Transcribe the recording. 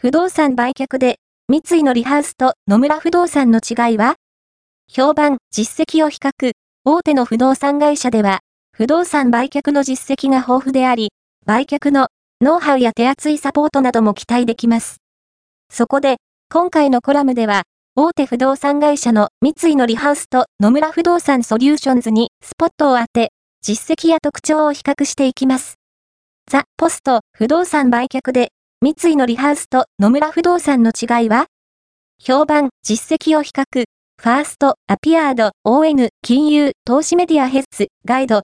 不動産売却で、三井のリハウスと野村不動産の違いは？評判、実績を比較。大手の不動産会社では、不動産売却の実績が豊富であり、売却のノウハウや手厚いサポートなども期待できます。そこで、今回のコラムでは、大手不動産会社の三井のリハウスと野村不動産ソリューションズにスポットを当て、実績や特徴を比較していきます。ザ・ポスト、不動産売却で、三井のリハウスと野村不動産の違いは？評判、実績を比較。ファースト、アピアード、ON、金融、投資メディアヘッズ、ガイド、